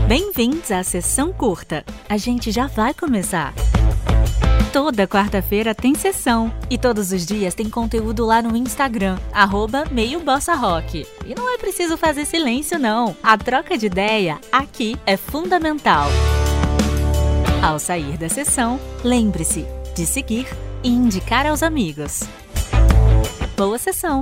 Bem-vindos à Sessão Curta. A gente já vai começar. Toda quarta-feira tem sessão. E todos os dias tem conteúdo lá no Instagram, @meiobossarock. E não é preciso fazer silêncio, não. A troca de ideia aqui é fundamental. Ao sair da sessão, lembre-se de seguir e indicar aos amigos. Boa sessão!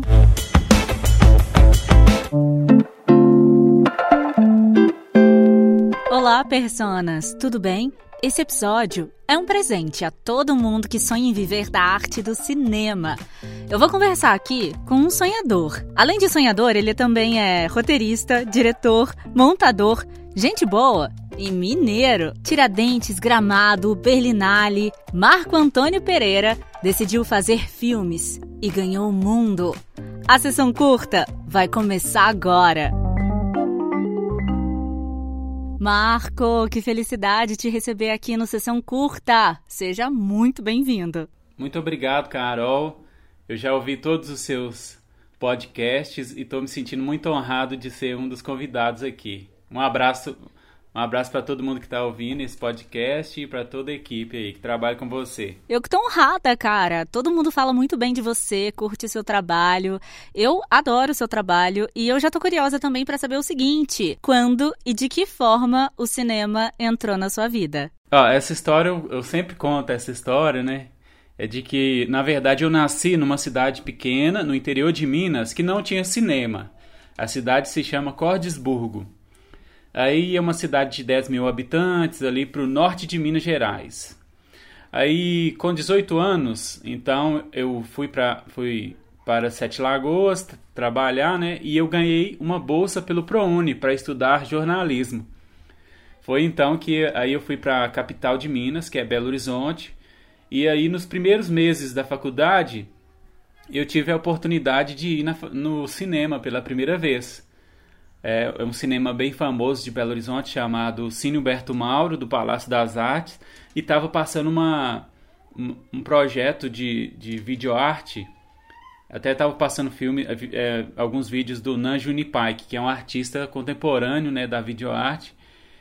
Olá, personas! Tudo bem? Esse episódio é um presente a todo mundo que sonha em viver da arte do cinema. Eu vou conversar aqui com um sonhador. Além de sonhador, ele também é roteirista, diretor, montador, gente boa e mineiro. Tiradentes, Gramado, Berlinale, Marco Antônio Pereira decidiu fazer filmes e ganhou o mundo. A Sessão Curta vai começar agora. Marco, que felicidade te receber aqui no Sessão Curta. Seja muito bem-vindo. Muito obrigado, Carol. Eu já ouvi todos os seus podcasts e estou me sentindo muito honrado de ser um dos convidados aqui. Um abraço para todo mundo que está ouvindo esse podcast e para toda a equipe aí que trabalha com você. Eu que tô honrada, cara. Todo mundo fala muito bem de você, curte o seu trabalho. Eu adoro o seu trabalho e eu já tô curiosa também para saber o seguinte: quando e de que forma o cinema entrou na sua vida? Essa história, eu sempre conto essa história, né? É de que, na verdade, eu nasci numa cidade pequena, no interior de Minas, que não tinha cinema. A cidade se chama Cordisburgo. Aí é uma cidade de 10 mil habitantes, ali para o norte de Minas Gerais. Aí, com 18 anos, então, eu fui para Sete Lagoas trabalhar, né? E eu ganhei uma bolsa pelo ProUni para estudar jornalismo. Foi então que aí eu fui para a capital de Minas, que é Belo Horizonte. E aí, nos primeiros meses da faculdade, eu tive a oportunidade de ir no cinema pela primeira vez. É um cinema bem famoso de Belo Horizonte chamado Cine Humberto Mauro, do Palácio das Artes, e estava passando um projeto de videoarte. Até estava passando alguns vídeos do Nan Junipaik, que é um artista contemporâneo, né, da videoarte.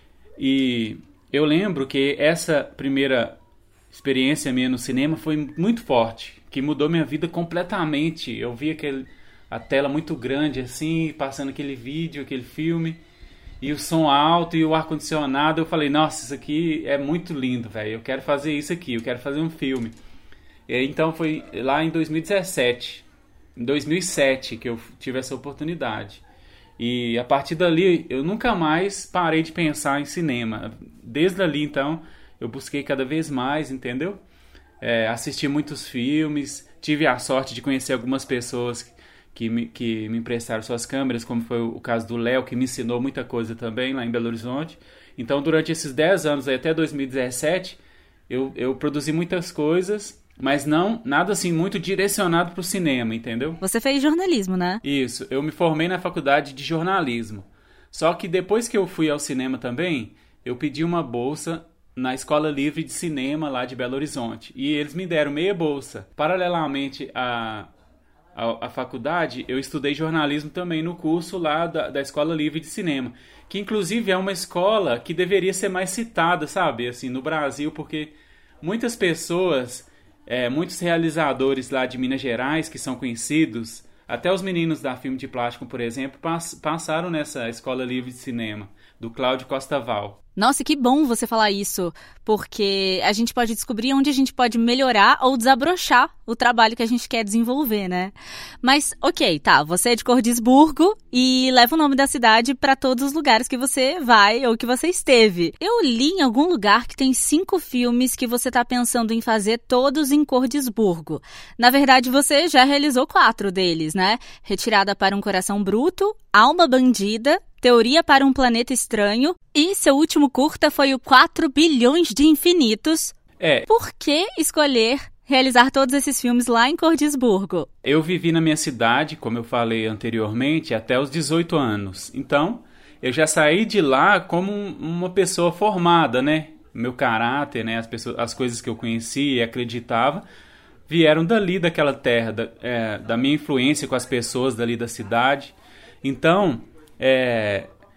E eu lembro que essa primeira experiência minha no cinema foi muito forte, que mudou minha vida completamente. Eu vi a tela muito grande assim, passando aquele vídeo, aquele filme, e o som alto e o ar-condicionado. Eu falei, nossa, isso aqui é muito lindo, velho, eu quero fazer isso aqui, eu quero fazer um filme. E aí, então foi lá em 2017, em 2007 que eu tive essa oportunidade. E a partir dali eu nunca mais parei de pensar em cinema. Desde ali, então, eu busquei cada vez mais, entendeu? Assisti muitos filmes, tive a sorte de conhecer algumas pessoas que me emprestaram suas câmeras, como foi o caso do Léo, que me ensinou muita coisa também lá em Belo Horizonte. Então, durante esses 10 anos, aí, até 2017, eu produzi muitas coisas, mas nada assim muito direcionado para o cinema, entendeu? Você fez jornalismo, né? Isso, eu me formei na faculdade de jornalismo. Só que depois que eu fui ao cinema também, eu pedi uma bolsa na Escola Livre de Cinema lá de Belo Horizonte. E eles me deram meia bolsa. Paralelamente à faculdade, eu estudei jornalismo também no curso lá da Escola Livre de Cinema, que inclusive é uma escola que deveria ser mais citada, sabe, assim, no Brasil, porque muitas pessoas, muitos realizadores lá de Minas Gerais que são conhecidos, até os meninos da Filme de Plástico, por exemplo, passaram nessa Escola Livre de Cinema, do Cláudio Costa Val. Nossa, que bom você falar isso, porque a gente pode descobrir onde a gente pode melhorar ou desabrochar o trabalho que a gente quer desenvolver, né? Mas, ok, tá, você é de Cordisburgo e leva o nome da cidade para todos os lugares que você vai ou que você esteve. Eu li em algum lugar que tem 5 filmes que você tá pensando em fazer todos em Cordisburgo. Na verdade, você já realizou 4 deles, né? Retirada para um Coração Bruto, Alma Bandida, Teoria para um Planeta Estranho e seu último curta foi o 4 bilhões de infinitos. Por que escolher realizar todos esses filmes lá em Cordisburgo? Eu vivi na minha cidade, como eu falei anteriormente, até os 18 anos. Então, eu já saí de lá como uma pessoa formada, né? Meu caráter, né? As coisas que eu conhecia e acreditava vieram dali, daquela terra, da minha influência com as pessoas dali da cidade. Então,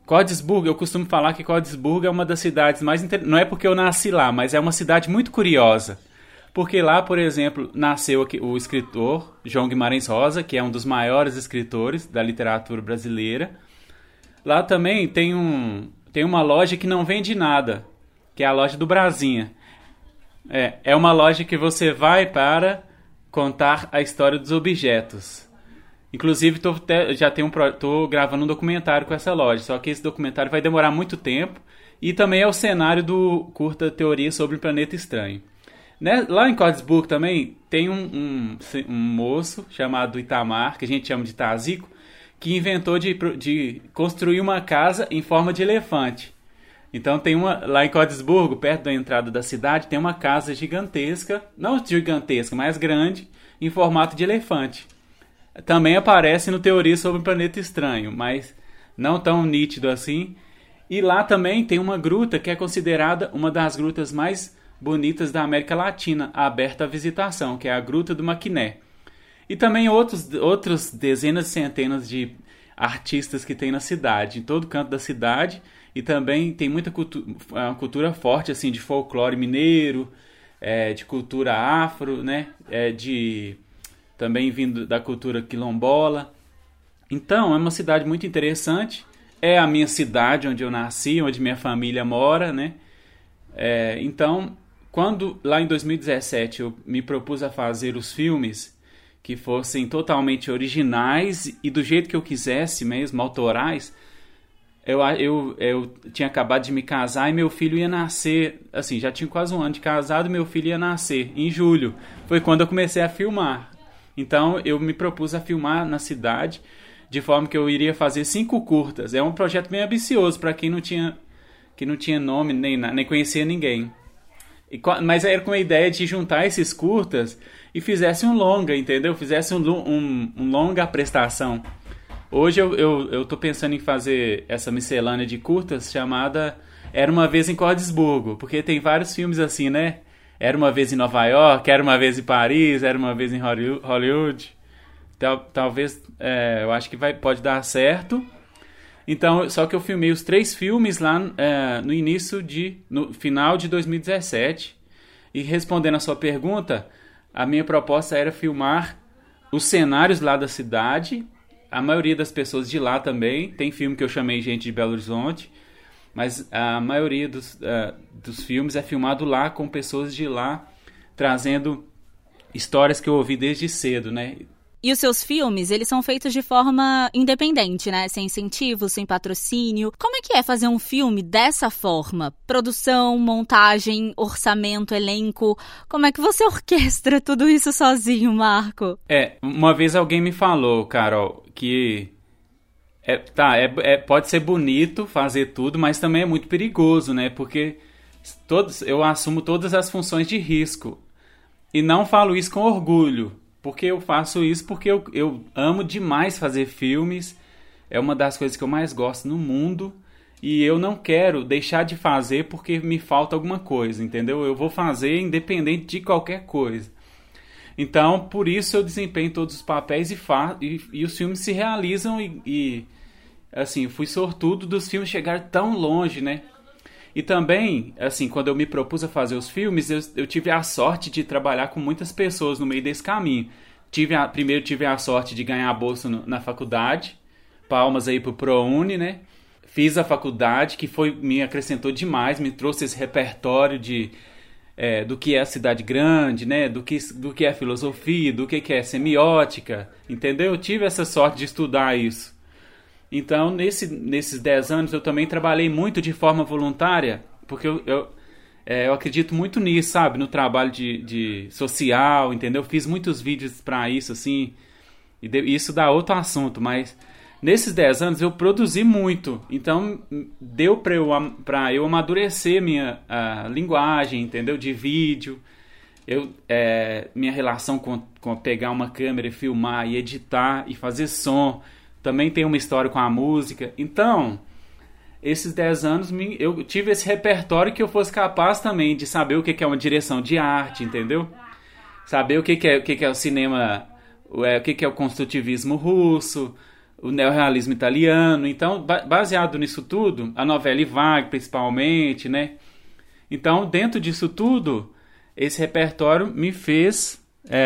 Cordesburgo, eu costumo falar que Cordesburgo é uma das cidades mais... Não é porque eu nasci lá, mas é uma cidade muito curiosa. Porque lá, por exemplo, nasceu o escritor João Guimarães Rosa, que é um dos maiores escritores da literatura brasileira. Lá também tem uma loja que não vende nada, que é a loja do Brasinha. É uma loja que você vai para contar a história dos objetos. Inclusive, tô gravando um documentário com essa loja, só que esse documentário vai demorar muito tempo e também é o cenário do curta Teoria sobre o Planeta Estranho. Né? Lá em Cordesburgo também tem um moço chamado Itamar, que a gente chama de Tazico, que inventou de construir uma casa em forma de elefante. Então lá em Cordesburgo, perto da entrada da cidade, tem uma casa gigantesca, não gigantesca, mas grande, em formato de elefante. Também aparece no Teoria sobre o Planeta Estranho, mas não tão nítido assim. E lá também tem uma gruta que é considerada uma das grutas mais bonitas da América Latina, aberta à visitação, que é a Gruta do Maquiné. E também outros dezenas e centenas de artistas que tem na cidade, em todo canto da cidade. E também tem muita cultura forte assim, de folclore mineiro, de cultura afro, né? Também vindo da cultura quilombola. Então, é uma cidade muito interessante. É a minha cidade onde eu nasci, onde minha família mora, né? Então, quando lá em 2017 eu me propus a fazer os filmes que fossem totalmente originais e do jeito que eu quisesse mesmo, autorais, eu tinha acabado de me casar e meu filho ia nascer, assim, já tinha quase um ano de casado e meu filho ia nascer em julho. Foi quando eu comecei a filmar. Então, eu me propus a filmar na cidade, de forma que eu iria fazer 5 curtas. É um projeto bem ambicioso para quem não tinha nome, nem conhecia ninguém. Mas era com a ideia de juntar esses curtas e fizesse um longa, entendeu? Fizesse um longa prestação. Hoje eu tô pensando em fazer essa miscelânea de curtas chamada Era Uma Vez em Cordesburgo, porque tem vários filmes assim, né? Era Uma Vez em Nova York, Era Uma Vez em Paris, Era Uma Vez em Hollywood. Talvez, eu acho que pode dar certo. Então, só que eu filmei os 3 filmes lá no final de 2017. E respondendo a sua pergunta, a minha proposta era filmar os cenários lá da cidade, a maioria das pessoas de lá também. Tem filme que eu chamei gente de Belo Horizonte, mas a maioria dos filmes é filmado lá com pessoas de lá, trazendo histórias que eu ouvi desde cedo, né? E os seus filmes, eles são feitos de forma independente, né? Sem incentivo, sem patrocínio. Como é que é fazer um filme dessa forma? Produção, montagem, orçamento, elenco. Como é que você orquestra tudo isso sozinho, Marco? Uma vez alguém me falou, Carol, que pode ser bonito fazer tudo, mas também é muito perigoso, né? Porque eu assumo todas as funções de risco. E não falo isso com orgulho. Porque eu faço isso porque eu amo demais fazer filmes. É uma das coisas que eu mais gosto no mundo. E eu não quero deixar de fazer porque me falta alguma coisa, entendeu? Eu vou fazer independente de qualquer coisa. Então, por isso eu desempenho todos os papéis e os filmes se realizam. Assim, fui sortudo dos filmes chegarem tão longe, né? E também, assim, quando eu me propus a fazer os filmes, eu tive a sorte de trabalhar com muitas pessoas no meio desse caminho. Primeiro tive a sorte de ganhar a bolsa na faculdade, palmas aí pro ProUni, né? Fiz a faculdade, que me acrescentou demais, me trouxe esse repertório do que é a cidade grande, né? Do que é filosofia, do que é semiótica, entendeu? Eu tive essa sorte de estudar isso. Então, nesses 10 anos, eu também trabalhei muito de forma voluntária, porque eu acredito muito nisso, sabe? No trabalho de social, entendeu? Fiz muitos vídeos para isso, assim, e isso dá outro assunto, mas nesses 10 anos eu produzi muito. Então, deu para eu amadurecer minha linguagem, entendeu? De vídeo. Minha relação com pegar uma câmera e filmar, e editar, e fazer som. Também tem uma história com a música. Então, esses 10 anos eu tive esse repertório que eu fosse capaz também de saber o que é uma direção de arte, entendeu? Saber o que é o cinema, o que é o construtivismo russo, o neorrealismo italiano. Então, baseado nisso tudo, a novela vague, principalmente, né? Então, dentro disso tudo, esse repertório me fez,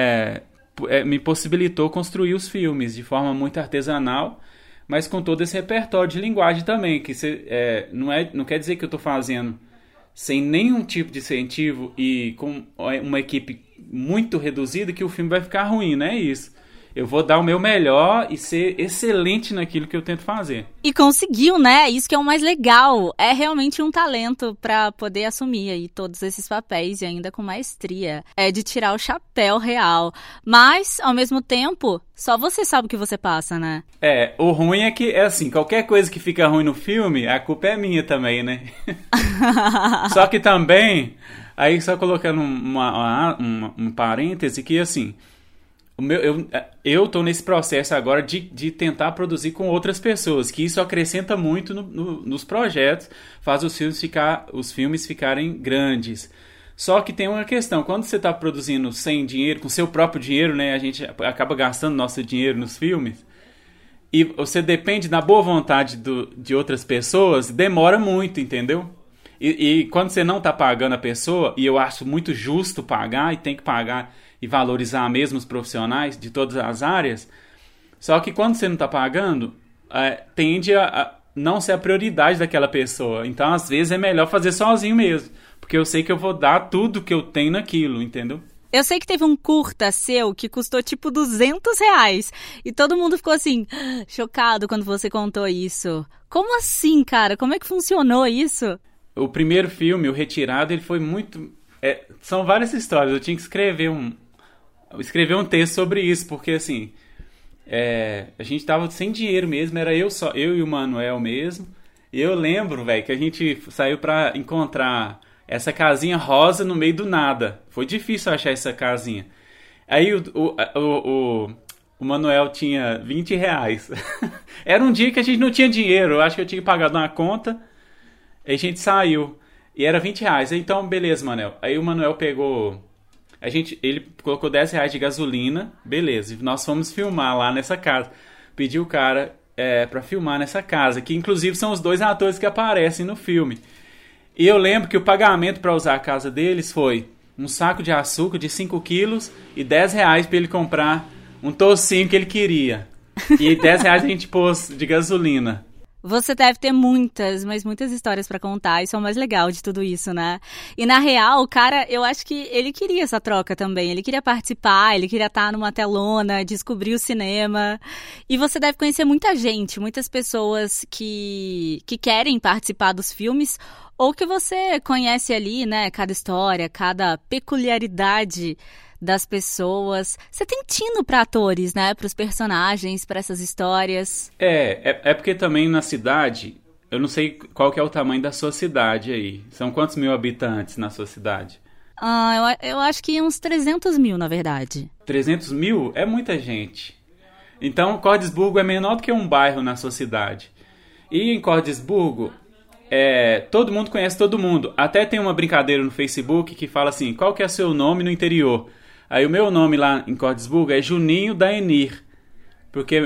me possibilitou construir os filmes de forma muito artesanal, mas com todo esse repertório de linguagem também, que não quer dizer que eu estou fazendo sem nenhum tipo de incentivo e com uma equipe muito reduzida que o filme vai ficar ruim, não é isso. Eu vou dar o meu melhor e ser excelente naquilo que eu tento fazer. E conseguiu, né? Isso que é o mais legal. É realmente um talento para poder assumir aí todos esses papéis e ainda com maestria. É de tirar o chapéu real. Mas, ao mesmo tempo, só você sabe o que você passa, né? O ruim é que, assim, qualquer coisa que fica ruim no filme, a culpa é minha também, né? Só que também, aí só colocando um parêntese que, assim... Eu tô nesse processo agora de tentar produzir com outras pessoas, que isso acrescenta muito nos projetos, faz os filmes ficarem grandes. Só que tem uma questão, quando você está produzindo sem dinheiro, com seu próprio dinheiro, né, a gente acaba gastando nosso dinheiro nos filmes, e você depende da boa vontade de outras pessoas, demora muito, entendeu? E quando você não está pagando a pessoa, e eu acho muito justo pagar, e tem que pagar e valorizar mesmo os profissionais de todas as áreas, só que quando você não está pagando, tende a não ser a prioridade daquela pessoa. Então, às vezes, é melhor fazer sozinho mesmo, porque eu sei que eu vou dar tudo que eu tenho naquilo, entendeu? Eu sei que teve um curta seu que custou tipo R$200 e todo mundo ficou assim, chocado quando você contou isso. Como assim, cara? Como é que funcionou isso? O primeiro filme, O Retirado, ele foi muito... são várias histórias, eu tinha que escrever um texto sobre isso, porque assim, a gente tava sem dinheiro mesmo, era eu e o Manuel mesmo, e eu lembro, velho, que a gente saiu pra encontrar essa casinha rosa no meio do nada, foi difícil achar essa casinha, aí o Manuel tinha R$20, era um dia que a gente não tinha dinheiro, eu acho que eu tinha pagado uma conta, aí a gente saiu, e era R$20, então beleza, Manuel, aí o Manuel pegou... Ele colocou R$10 de gasolina, beleza, e nós fomos filmar lá nessa casa. Pediu o cara pra filmar nessa casa, que inclusive são os dois atores que aparecem no filme. E eu lembro que o pagamento para usar a casa deles foi um saco de açúcar de 5 quilos e R$10 para ele comprar um tocinho que ele queria. E R$10 a gente pôs de gasolina. Você deve ter muitas, mas muitas histórias pra contar. Isso é o mais legal de tudo isso, né? E na real, o cara, eu acho que ele queria essa troca também. Ele queria participar, ele queria estar numa telona, descobrir o cinema. E você deve conhecer muita gente, muitas pessoas que querem participar dos filmes ou que você conhece ali, né? Cada história, cada peculiaridade das pessoas. Você tem tino para atores, né? Para os personagens, para essas histórias. É porque também na cidade, eu não sei qual que é o tamanho da sua cidade aí. São quantos mil habitantes na sua cidade? Eu acho que uns 300 mil, na verdade. 300 mil? É muita gente. Então, Cordisburgo é menor do que um bairro na sua cidade. E em Cordisburgo, todo mundo conhece todo mundo. Até tem uma brincadeira no Facebook que fala assim, qual que é seu nome no interior? Aí o meu nome lá em Cordisburgo é Juninho da Enir. Porque...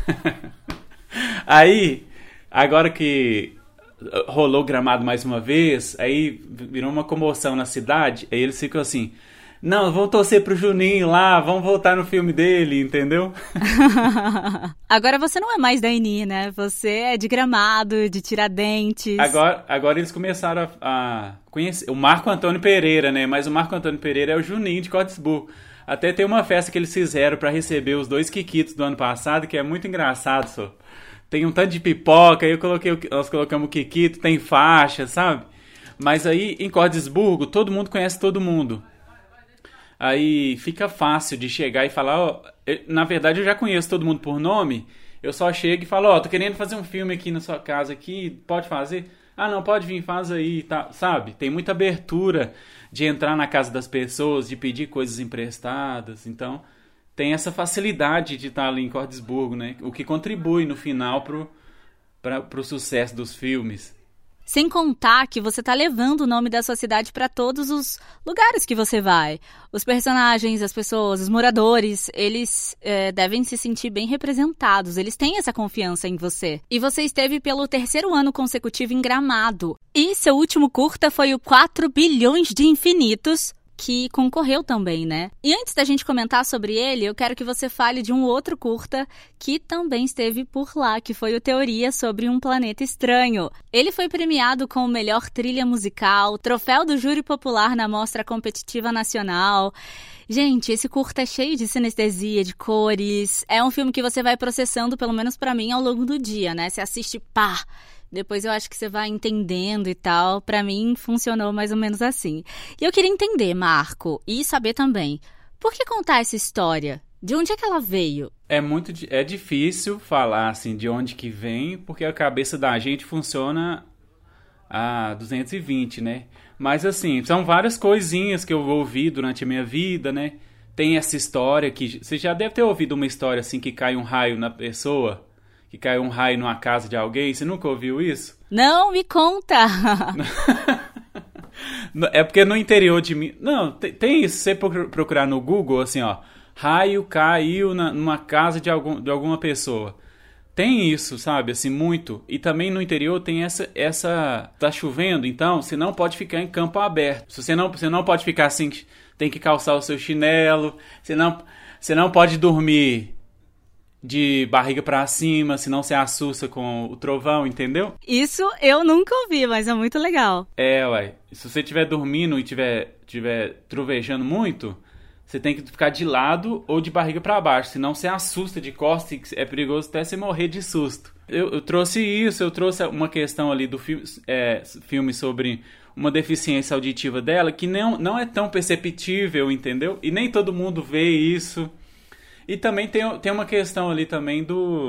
Aí, agora que rolou o Gramado mais uma vez, aí virou uma comoção na cidade, aí eles ficam assim, não, vamos torcer pro Juninho lá, vamos voltar no filme dele, entendeu? Agora você não é mais da Enir, né? Você é de Gramado, de Tiradentes. Agora eles começaram a conhecer o Marco Antônio Pereira, né? Mas o Marco Antônio Pereira é o Juninho de Cordisburgo. Até tem uma festa que eles fizeram pra receber os 2 quiquitos do ano passado, que é muito engraçado, só. Tem um tanto de pipoca, aí nós colocamos o quiquito, tem faixa, sabe? Mas aí em Cordisburgo todo mundo conhece todo mundo. Aí fica fácil de chegar e falar, na verdade eu já conheço todo mundo por nome, eu só chego e falo, tô querendo fazer um filme aqui na sua casa aqui, pode fazer? Ah, não, pode vir, faz aí, tá, sabe? Tem muita abertura de entrar na casa das pessoas, de pedir coisas emprestadas, então tem essa facilidade de estar ali em Cordisburgo, né? O que contribui no final pro sucesso dos filmes. Sem contar que você tá levando o nome da sua cidade para todos os lugares que você vai. Os personagens, as pessoas, os moradores, eles devem se sentir bem representados. Eles têm essa confiança em você. E você esteve pelo 3º ano consecutivo em Gramado. E seu último curta foi o 4 bilhões de infinitos, que concorreu também, né? E antes da gente comentar sobre ele, eu quero que você fale de um outro curta que também esteve por lá, que foi o Teoria sobre um Planeta Estranho. Ele foi premiado com o melhor trilha musical, troféu do Júri Popular na Mostra Competitiva Nacional. Gente, esse curta é cheio de sinestesia, de cores. É um filme que você vai processando, pelo menos pra mim, ao longo do dia, né? Você assiste, pá! Depois eu acho que você vai entendendo e tal. Pra mim, funcionou mais ou menos assim. E eu queria entender, Marco, e saber também, por que contar essa história? De onde é que ela veio? É difícil falar, assim, de onde que vem, porque a cabeça da gente funciona a 220, né? Mas, assim, são várias coisinhas que eu ouvi durante a minha vida, né? Tem essa história que... Você já deve ter ouvido uma história, assim, que cai um raio na pessoa... Que caiu um raio numa casa de alguém. Você nunca ouviu isso? Não, me conta! É porque no interior de mim... Não, tem isso. Se você procurar no Google, assim, ó. Raio caiu numa casa de alguma pessoa. Tem isso, sabe? Assim, muito. E também no interior tem essa... Tá chovendo, então você não pode ficar em campo aberto. Você não pode ficar assim... Tem que calçar o seu chinelo. Você não pode dormir... de barriga pra cima, senão você assusta com o trovão, entendeu? Isso eu nunca ouvi, mas é muito legal. Ué. Se você estiver dormindo e tiver trovejando muito, você tem que ficar de lado ou de barriga pra baixo, senão você assusta de costas e é perigoso até você morrer de susto. Eu trouxe isso, eu trouxe uma questão ali do filme sobre uma deficiência auditiva dela, que não é tão perceptível, entendeu? E nem todo mundo vê isso. E também tem uma questão ali também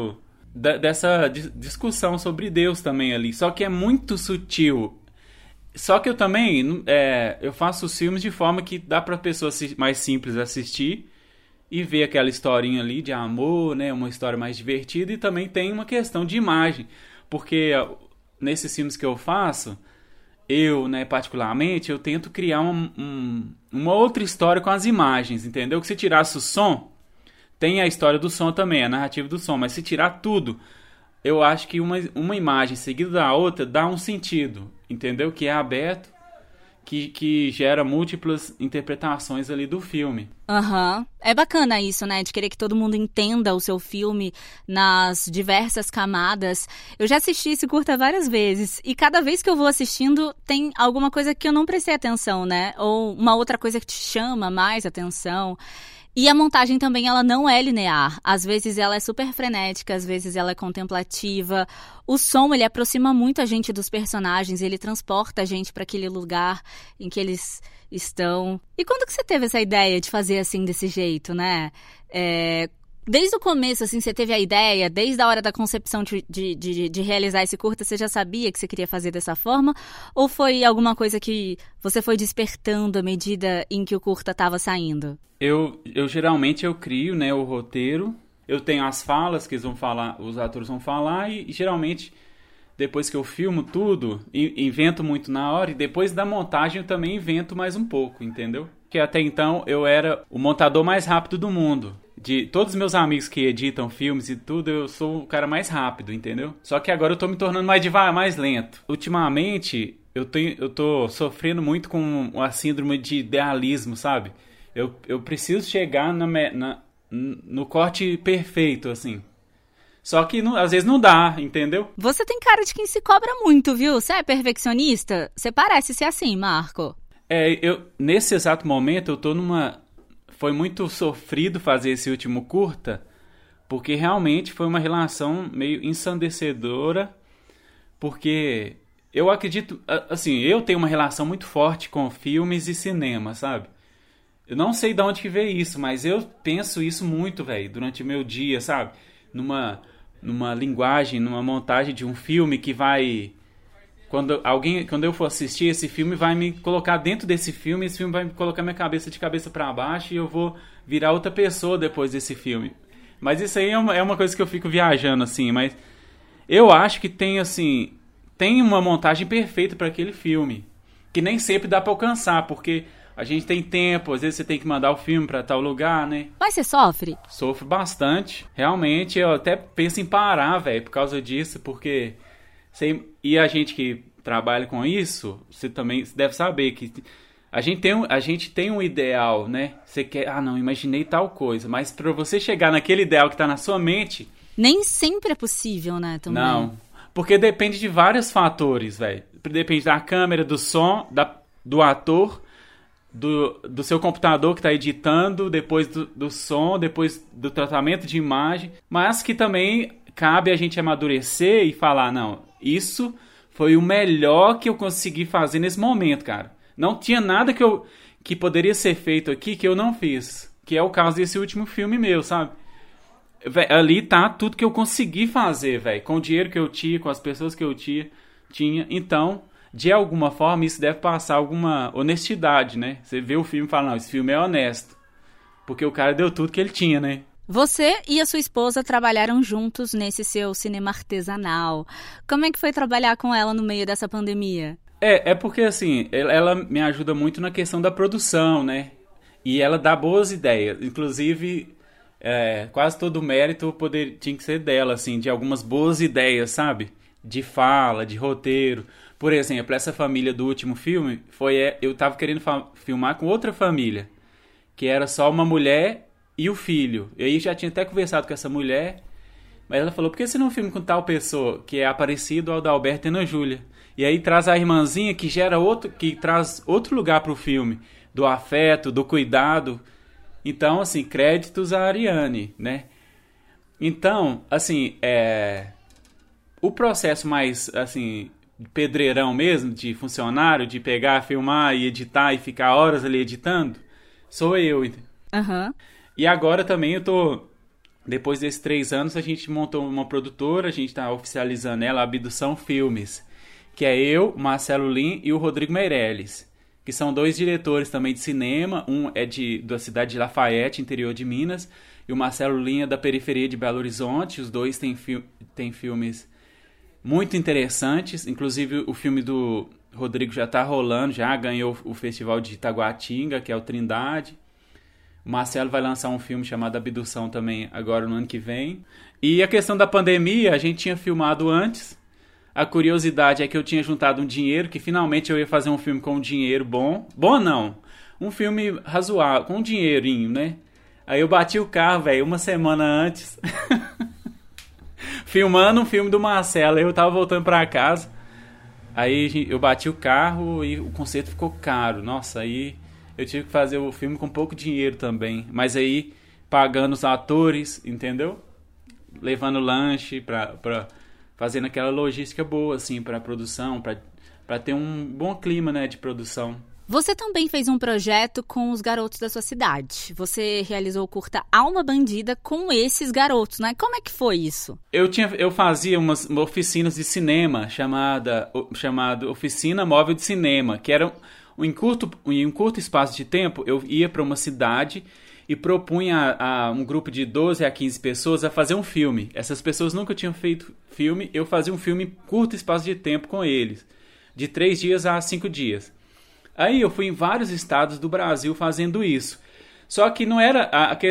dessa discussão sobre Deus também ali. Só que é muito sutil. Só que eu também eu faço os filmes de forma que dá pra pessoa mais simples assistir e ver aquela historinha ali de amor, né? Uma história mais divertida. E também tem uma questão de imagem. Porque nesses filmes que eu faço, né, particularmente, eu tento criar uma outra história com as imagens, entendeu? Que se tirasse o som... Tem a história do som também, a narrativa do som, mas se tirar tudo, eu acho que uma imagem seguida da outra dá um sentido, entendeu? Que é aberto, que gera múltiplas interpretações ali do filme. Aham. É bacana isso, né? De querer que todo mundo entenda o seu filme nas diversas camadas. Eu já assisti esse curta várias vezes e cada vez que eu vou assistindo tem alguma coisa que eu não prestei atenção, né? Ou uma outra coisa que te chama mais atenção. E a montagem também, ela não é linear. Às vezes ela é super frenética, às vezes ela é contemplativa. O som, ele aproxima muito a gente dos personagens, ele transporta a gente para aquele lugar em que eles estão. E quando que você teve essa ideia de fazer assim, desse jeito, né? Desde o começo, assim, você teve a ideia, desde a hora da concepção de realizar esse curta, você já sabia que você queria fazer dessa forma? Ou foi alguma coisa que você foi despertando à medida em que o curta estava saindo? Eu geralmente crio, né, o roteiro, eu tenho as falas que eles vão falar, os atores vão falar e geralmente depois que eu filmo tudo, invento muito na hora e depois da montagem eu também invento mais um pouco, entendeu? Que até então eu era o montador mais rápido do mundo. De todos os meus amigos que editam filmes e tudo, eu sou o cara mais rápido, entendeu? Só que agora eu tô me tornando mais lento. Ultimamente, eu tô sofrendo muito com a síndrome de idealismo, sabe? Eu preciso chegar no corte perfeito, assim. Só que às vezes não dá, entendeu? Você tem cara de quem se cobra muito, viu? Você é perfeccionista? Você parece ser assim, Marco. Nesse exato momento, eu tô Foi muito sofrido fazer esse último curta, porque realmente foi uma relação meio ensandecedora, porque eu acredito, assim, eu tenho uma relação muito forte com filmes e cinema, sabe? Eu não sei de onde que veio isso, mas eu penso isso muito, velho, durante o meu dia, sabe? Numa linguagem, numa montagem de um filme que vai... Quando eu for assistir esse filme, vai me colocar dentro desse filme, esse filme vai me colocar minha cabeça de cabeça para baixo e eu vou virar outra pessoa depois desse filme. Mas isso aí é uma coisa que eu fico viajando, assim, mas eu acho que tem, assim, tem uma montagem perfeita para aquele filme, que nem sempre dá para alcançar, porque a gente tem tempo, às vezes você tem que mandar o filme para tal lugar, né? Mas você sofre? Sofro bastante. Realmente, eu até penso em parar, velho, por causa disso, porque... E a gente que trabalha com isso, você também deve saber que a gente tem um ideal, né? Você quer, não, imaginei tal coisa, mas para você chegar naquele ideal que tá na sua mente... Nem sempre é possível, né? Também. Não, porque depende de vários fatores, velho. Depende da câmera, do som, do ator... Do seu computador que está editando, depois do som, depois do tratamento de imagem, mas que também cabe a gente amadurecer e falar, não, isso foi o melhor que eu consegui fazer nesse momento, cara. Não tinha nada que poderia ser feito aqui que eu não fiz, que é o caso desse último filme meu, sabe? Ali tá tudo que eu consegui fazer, velho, com o dinheiro que eu tinha, com as pessoas que eu tinha, então... De alguma forma, isso deve passar alguma honestidade, né? Você vê o filme e fala, não, esse filme é honesto. Porque o cara deu tudo que ele tinha, né? Você e a sua esposa trabalharam juntos nesse seu cinema artesanal. Como é que foi trabalhar com ela no meio dessa pandemia? É porque, assim, ela me ajuda muito na questão da produção, né? E ela dá boas ideias. Inclusive, quase todo o mérito tinha que ser dela, assim, de algumas boas ideias, sabe? De fala, de roteiro. Por exemplo, essa família do último filme, eu tava querendo filmar com outra família, que era só uma mulher e o filho. E aí já tinha até conversado com essa mulher, mas ela falou, por que você não filma com tal pessoa, que é Aparecido, Adalberto e Ana Júlia? E aí traz a irmãzinha que traz outro lugar pro filme, do afeto, do cuidado. Então, assim, créditos a Ariane, né? Então, assim, o processo mais, assim... pedreirão mesmo, de funcionário, de pegar, filmar e editar e ficar horas ali editando, sou eu. Uhum. E agora também eu tô... Depois desses 3 anos, a gente montou uma produtora, a gente tá oficializando ela, a Abdução Filmes, que é eu, Marcelo Lim e o Rodrigo Meirelles, que são 2 diretores também de cinema, um é da cidade de Lafayette, interior de Minas, e o Marcelo Lim é da periferia de Belo Horizonte. Os dois têm filmes muito interessantes, inclusive o filme do Rodrigo já está rolando, já ganhou o festival de Itaguatinga, que é o Trindade. O Marcelo vai lançar um filme chamado Abdução também agora no ano que vem. E a questão da pandemia, a gente tinha filmado antes. A curiosidade é que eu tinha juntado um dinheiro, que finalmente eu ia fazer um filme com um dinheiro bom. Bom não, um filme razoável, com um dinheirinho, né? Aí eu bati o carro, velho, uma semana antes... filmando um filme do Marcelo. Eu tava voltando pra casa, aí eu bati o carro e o concerto ficou caro. Nossa, aí eu tive que fazer o filme com pouco dinheiro também, mas aí pagando os atores, entendeu? Levando lanche, fazendo aquela logística boa, assim, pra produção, pra ter um bom clima, né, de produção. Você também fez um projeto com os garotos da sua cidade. Você realizou o curta Alma Bandida com esses garotos, né? Como é que foi isso? Eu fazia umas oficinas de cinema chamado Oficina Móvel de Cinema, que era em um curto espaço de tempo. Eu ia para uma cidade e propunha a um grupo de 12 a 15 pessoas a fazer um filme. Essas pessoas nunca tinham feito filme, eu fazia um filme em curto espaço de tempo com eles, de 3 dias a 5 dias. Aí eu fui em vários estados do Brasil fazendo isso. Só que não era...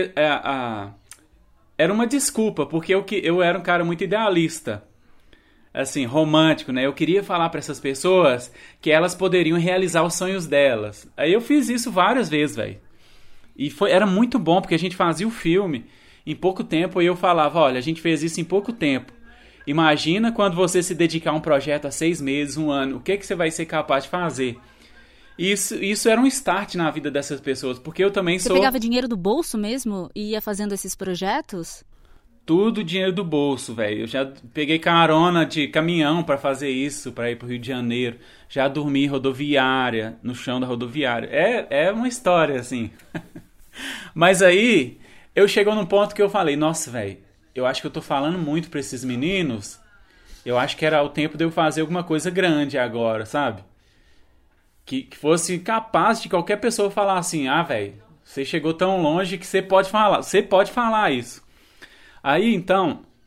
era uma desculpa, porque eu era um cara muito idealista. Assim, romântico, né? Eu queria falar para essas pessoas que elas poderiam realizar os sonhos delas. Aí eu fiz isso várias vezes, velho. E era muito bom, porque a gente fazia o filme em pouco tempo e eu falava, olha, a gente fez isso em pouco tempo. Imagina quando você se dedicar a um projeto há 6 meses, 1 ano, o que você vai ser capaz de fazer? Isso era um start na vida dessas pessoas, porque eu também Você pegava dinheiro do bolso mesmo e ia fazendo esses projetos? Tudo dinheiro do bolso, velho. Eu já peguei carona de caminhão pra fazer isso, pra ir pro Rio de Janeiro. Já dormi em rodoviária, no chão da rodoviária. É uma história, assim. Mas aí, eu chegou num ponto que eu falei, nossa, velho, eu acho que eu tô falando muito pra esses meninos. Eu acho que era o tempo de eu fazer alguma coisa grande agora, sabe? Que fosse capaz de qualquer pessoa falar assim, velho, você chegou tão longe que você pode falar isso. Aí, então,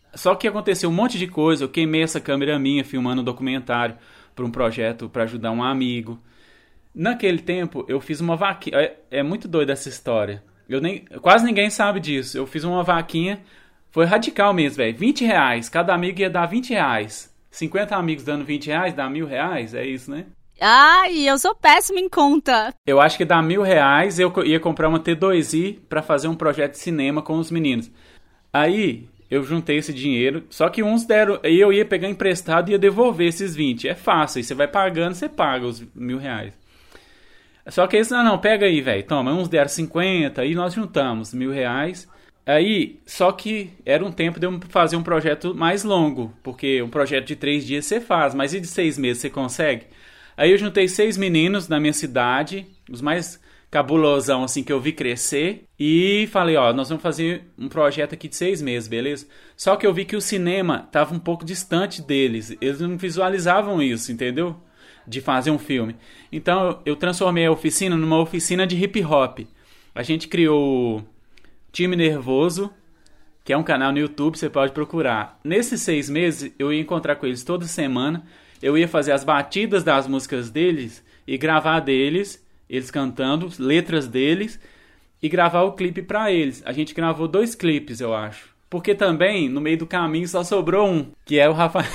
Só que aconteceu um monte de coisa, eu queimei essa câmera minha filmando um documentário para um projeto para ajudar um amigo. Naquele tempo, eu fiz uma vaquinha. É muito doida essa história. Quase ninguém sabe disso. Eu fiz uma vaquinha, foi radical mesmo, velho. R$ 20, cada amigo ia dar R$ 20. 50 amigos dando R$ 20, dá R$ 1.000, é isso, né? Ai, eu sou péssima em conta. Eu acho que dá R$ 1.000, eu ia comprar uma T2i para fazer um projeto de cinema com os meninos. Aí, eu juntei esse dinheiro, só que uns deram, aí eu ia pegar emprestado e ia devolver esses 20. É fácil, aí você vai pagando, você paga os R$ 1.000. Só que eles, não, pega aí, velho, toma, uns deram 50, aí nós juntamos R$ 1.000. Aí, só que era um tempo de eu fazer um projeto mais longo, porque um projeto de 3 dias você faz, mas e de 6 meses você consegue? Aí eu juntei 6 meninos na minha cidade, os mais cabulosão assim que eu vi crescer, e falei, ó, nós vamos fazer um projeto aqui de 6 meses, beleza? Só que eu vi que o cinema tava um pouco distante deles, eles não visualizavam isso, entendeu? De fazer um filme. Então eu transformei a oficina numa oficina de hip hop. A gente criou Time Nervoso, que é um canal no YouTube, você pode procurar. Nesses 6 meses eu ia encontrar com eles toda semana, eu ia fazer as batidas das músicas deles e gravar deles, eles cantando, letras deles, e gravar o clipe pra eles. A gente gravou 2 clipes, eu acho. Porque também, no meio do caminho, só sobrou um, que é o Rafael.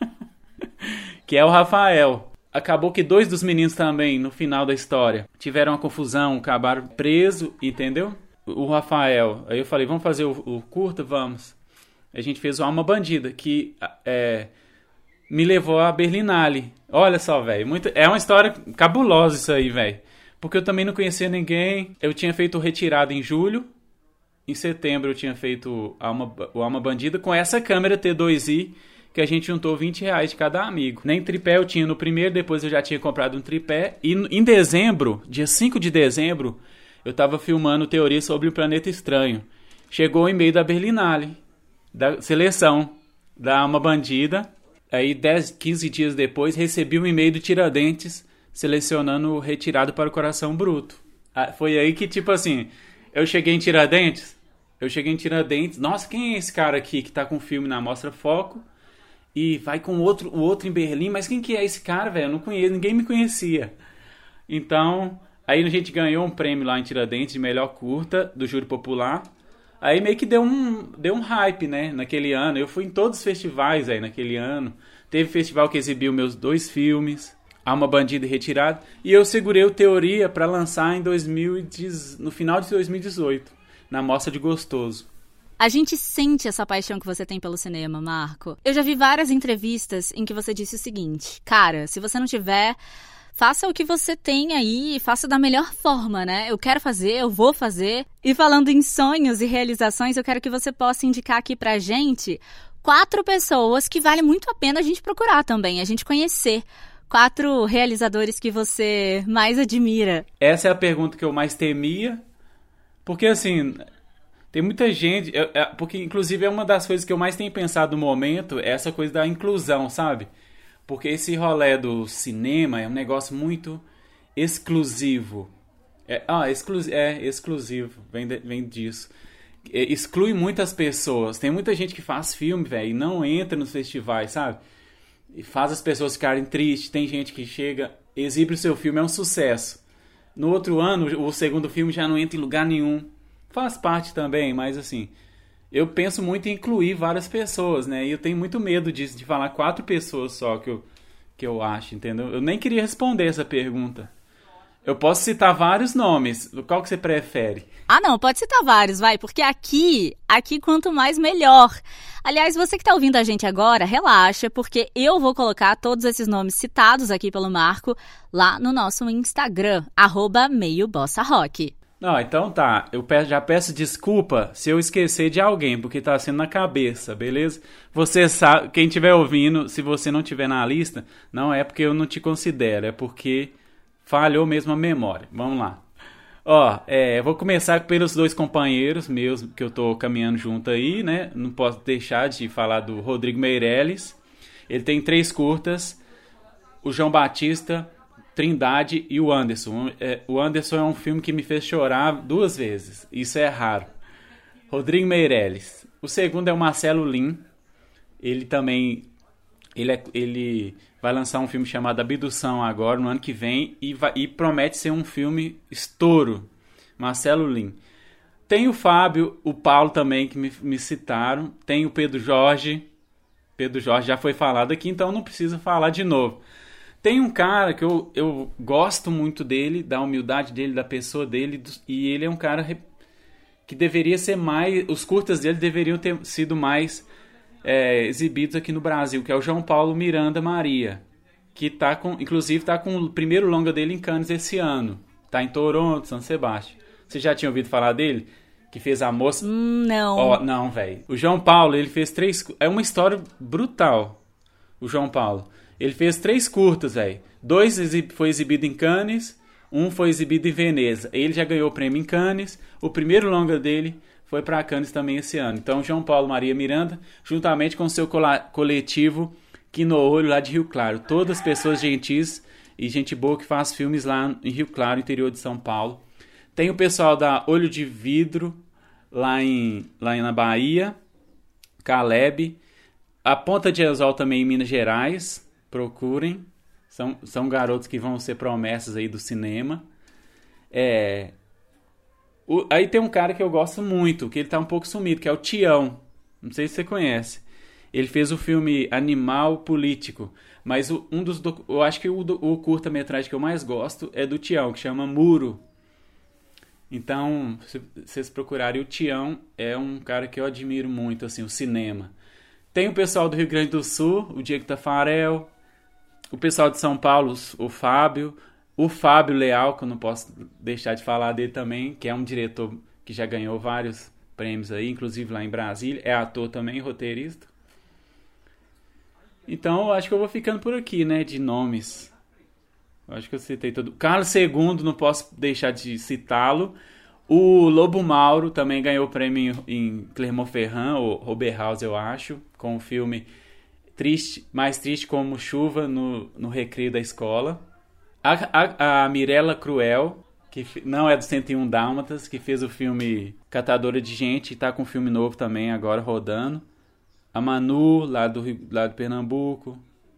Que é o Rafael. Acabou que 2 dos meninos também, no final da história, tiveram uma confusão, acabaram presos, entendeu? O Rafael. Aí eu falei, vamos fazer o curta? Vamos. A gente fez o Alma Bandida, que me levou a Berlinale. Olha só, velho. É uma história cabulosa isso aí, velho. Porque eu também não conhecia ninguém. Eu tinha feito o Retirada em julho. Em setembro eu tinha feito o Alma Bandida com essa câmera T2i, que a gente juntou R$ 20 de cada amigo. Nem tripé eu tinha no primeiro, depois eu já tinha comprado um tripé. E em dezembro, dia 5 de dezembro, eu tava filmando Teoria sobre o Planeta Estranho. Chegou o e-mail da Berlinale, da seleção da Alma Bandida. Aí 15 dias depois recebi um e-mail do Tiradentes selecionando o Retirado para o Coração Bruto. Foi aí que, tipo assim, eu cheguei em Tiradentes. Nossa, quem é esse cara aqui que tá com o filme na Mostra Foco? E vai com o outro em Berlim. Mas quem que é esse cara, velho? Eu não conheço, ninguém me conhecia. Então, aí a gente ganhou um prêmio lá em Tiradentes de melhor curta do Júri Popular. Aí meio que deu um hype, né, naquele ano. Eu fui em todos os festivais aí naquele ano. Teve festival que exibiu meus 2 filmes, Alma Bandida e Retirado. E eu segurei o Teoria para lançar no final de 2018, na Mostra de Gostoso. A gente sente essa paixão que você tem pelo cinema, Marco. Eu já vi várias entrevistas em que você disse o seguinte: cara, se você não tiver, faça o que você tem aí, faça da melhor forma, né? Eu quero fazer, eu vou fazer. E falando em sonhos e realizações, eu quero que você possa indicar aqui pra gente 4 pessoas que vale muito a pena a gente procurar também, a gente conhecer. 4 realizadores que você mais admira. Essa é a pergunta que eu mais temia, porque assim, tem muita gente, porque inclusive é uma das coisas que eu mais tenho pensado no momento, é essa coisa da inclusão, sabe? Porque esse rolê do cinema é um negócio muito exclusivo. Exclusivo, vem disso. Exclui muitas pessoas. Tem muita gente que faz filme, velho, e não entra nos festivais, sabe? E faz as pessoas ficarem tristes. Tem gente que chega, exibe o seu filme, é um sucesso. No outro ano, o segundo filme já não entra em lugar nenhum. Faz parte também, mas assim, eu penso muito em incluir várias pessoas, né? E eu tenho muito medo disso, de falar 4 pessoas só que eu acho, entendeu? Eu nem queria responder essa pergunta. Eu posso citar vários nomes. Qual que você prefere? Não, pode citar vários, vai, porque aqui quanto mais melhor. Aliás, você que tá ouvindo a gente agora, relaxa, porque eu vou colocar todos esses nomes citados aqui pelo Marco lá no nosso Instagram, @meiobossarock. Não, então tá. Eu já peço desculpa se eu esquecer de alguém, porque tá sendo na cabeça, beleza? Você sabe, quem estiver ouvindo, se você não tiver na lista, não é porque eu não te considero, é porque falhou mesmo a memória. Vamos lá. Eu vou começar pelos 2 companheiros meus que eu tô caminhando junto aí, né? Não posso deixar de falar do Rodrigo Meirelles. Ele tem 3 curtas. O João Batista, Trindade e o Anderson. O Anderson é um filme que me fez chorar 2 vezes. Isso é raro. Rodrigo Meirelles. O segundo é o Marcelo Lin. Ele também... Ele vai lançar um filme chamado Abdução agora, no ano que vem, e promete ser um filme estouro. Marcelo Lin. Tem o Fábio, o Paulo também, que me citaram. Tem o Pedro Jorge. Pedro Jorge já foi falado aqui, então não preciso falar de novo. Tem um cara que eu gosto muito dele, da humildade dele, da pessoa dele, e ele é um cara que deveria ser mais... Os curtas dele deveriam ter sido mais exibidos aqui no Brasil, que é o João Paulo Miranda Maria, que inclusive está com o primeiro longa dele em Cannes esse ano. Está em Toronto, São Sebastião. Você já tinha ouvido falar dele? Que fez A Moça... Não. Não, velho. O João Paulo, ele fez 3... É uma história brutal, o João Paulo. Ele fez 3 curtas, velho. 2 foi exibido em Cannes, 1 foi exibido em Veneza. Ele já ganhou o prêmio em Cannes. O primeiro longa dele foi para Cannes também esse ano. Então, João Paulo Maria Miranda, juntamente com o seu coletivo Quino Olho, lá de Rio Claro. Todas pessoas gentis e gente boa que faz filmes lá em Rio Claro, interior de São Paulo. Tem o pessoal da Olho de Vidro, lá na Bahia, Caleb. A Ponta de Anzol também em Minas Gerais, procurem. São garotos que vão ser promessas aí do cinema. Aí tem um cara que eu gosto muito, que ele tá um pouco sumido, que é o Tião. Não sei se você conhece. Ele fez o filme Animal Político. Mas eu acho que o curta-metragem que eu mais gosto é do Tião, que chama Muro. Então, se vocês procurarem, o Tião é um cara que eu admiro muito, assim, o cinema. Tem o pessoal do Rio Grande do Sul, o Diego Tafarel. O pessoal de São Paulo, o Fábio Leal, que eu não posso deixar de falar dele também, que é um diretor que já ganhou vários prêmios aí, inclusive lá em Brasília. É ator também, roteirista. Então, eu acho que eu vou ficando por aqui, né, de nomes. Eu acho que eu citei todo. Carlos II, não posso deixar de citá-lo. O Lobo Mauro também ganhou o prêmio em Clermont-Ferrand, ou Robert House, eu acho, com o filme Mais Triste Como Chuva no Recreio da Escola. A Mirella Cruel, que não é do 101 Dálmatas, que fez o filme Catadora de Gente, e tá com um filme novo também agora rodando. A Manu, lá do Pernambuco.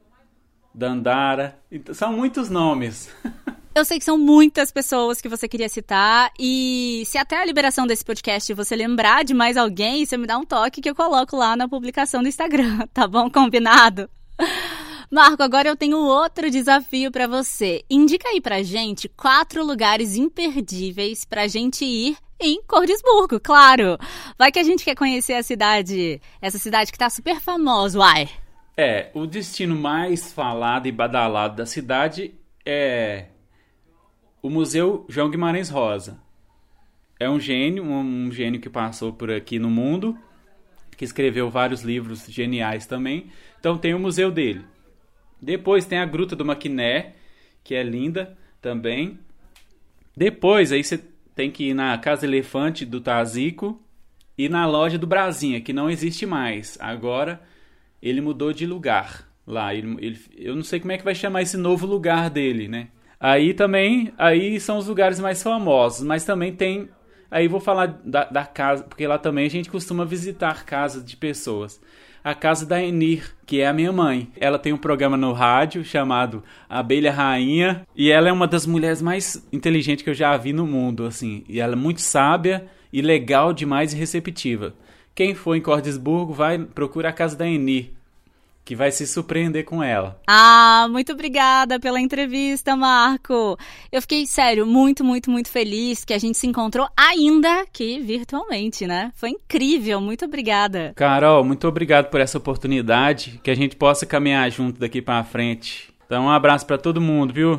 Dandara. São muitos nomes. Eu sei que são muitas pessoas que você queria citar, e se até a liberação desse podcast você lembrar de mais alguém, você me dá um toque que eu coloco lá na publicação do Instagram, tá bom? Combinado? Marco, agora eu tenho outro desafio pra você. Indica aí pra gente 4 lugares imperdíveis pra gente ir em Cordisburgo, claro. Vai que a gente quer conhecer essa cidade que tá super famosa, uai. O destino mais falado e badalado da cidade é o Museu João Guimarães Rosa. É um gênio que passou por aqui no mundo, que escreveu vários livros geniais também. Então tem o museu dele. Depois tem a Gruta do Maquiné, que é linda também. Depois aí você tem que ir na Casa Elefante do Tazico e na Loja do Brasinha, que não existe mais. Agora ele mudou de lugar lá. Eu não sei como é que vai chamar esse novo lugar dele, né? Aí são os lugares mais famosos, mas também tem... Aí vou falar da casa, porque lá também a gente costuma visitar casas de pessoas. A casa da Enir, que é a minha mãe. Ela tem um programa no rádio chamado Abelha Rainha, e ela é uma das mulheres mais inteligentes que eu já vi no mundo, assim. E ela é muito sábia e legal demais e receptiva. Quem for em Cordisburgo, procura a casa da Enir, que vai se surpreender com ela. Muito obrigada pela entrevista, Marco. Eu fiquei, sério, muito, muito, muito feliz que a gente se encontrou ainda que virtualmente, né? Foi incrível, muito obrigada. Carol, muito obrigado por essa oportunidade, que a gente possa caminhar junto daqui pra frente. Então, um abraço pra todo mundo, viu?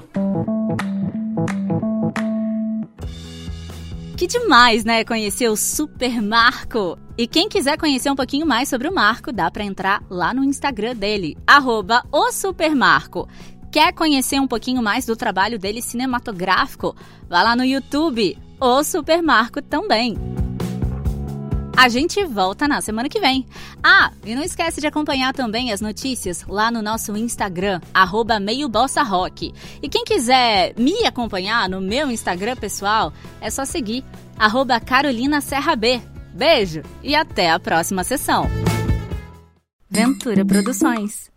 Que demais, né? Conhecer o Super Marco. E quem quiser conhecer um pouquinho mais sobre o Marco, dá pra entrar lá no Instagram dele, @osupermarco. Quer conhecer um pouquinho mais do trabalho dele cinematográfico? Vá lá no YouTube, O Super Marco também. A gente volta na semana que vem. E não esquece de acompanhar também as notícias lá no nosso Instagram, @meiobossarock. E quem quiser me acompanhar no meu Instagram pessoal, é só seguir, @CarolinaSerraB. Beijo e até a próxima sessão. Ventura Produções.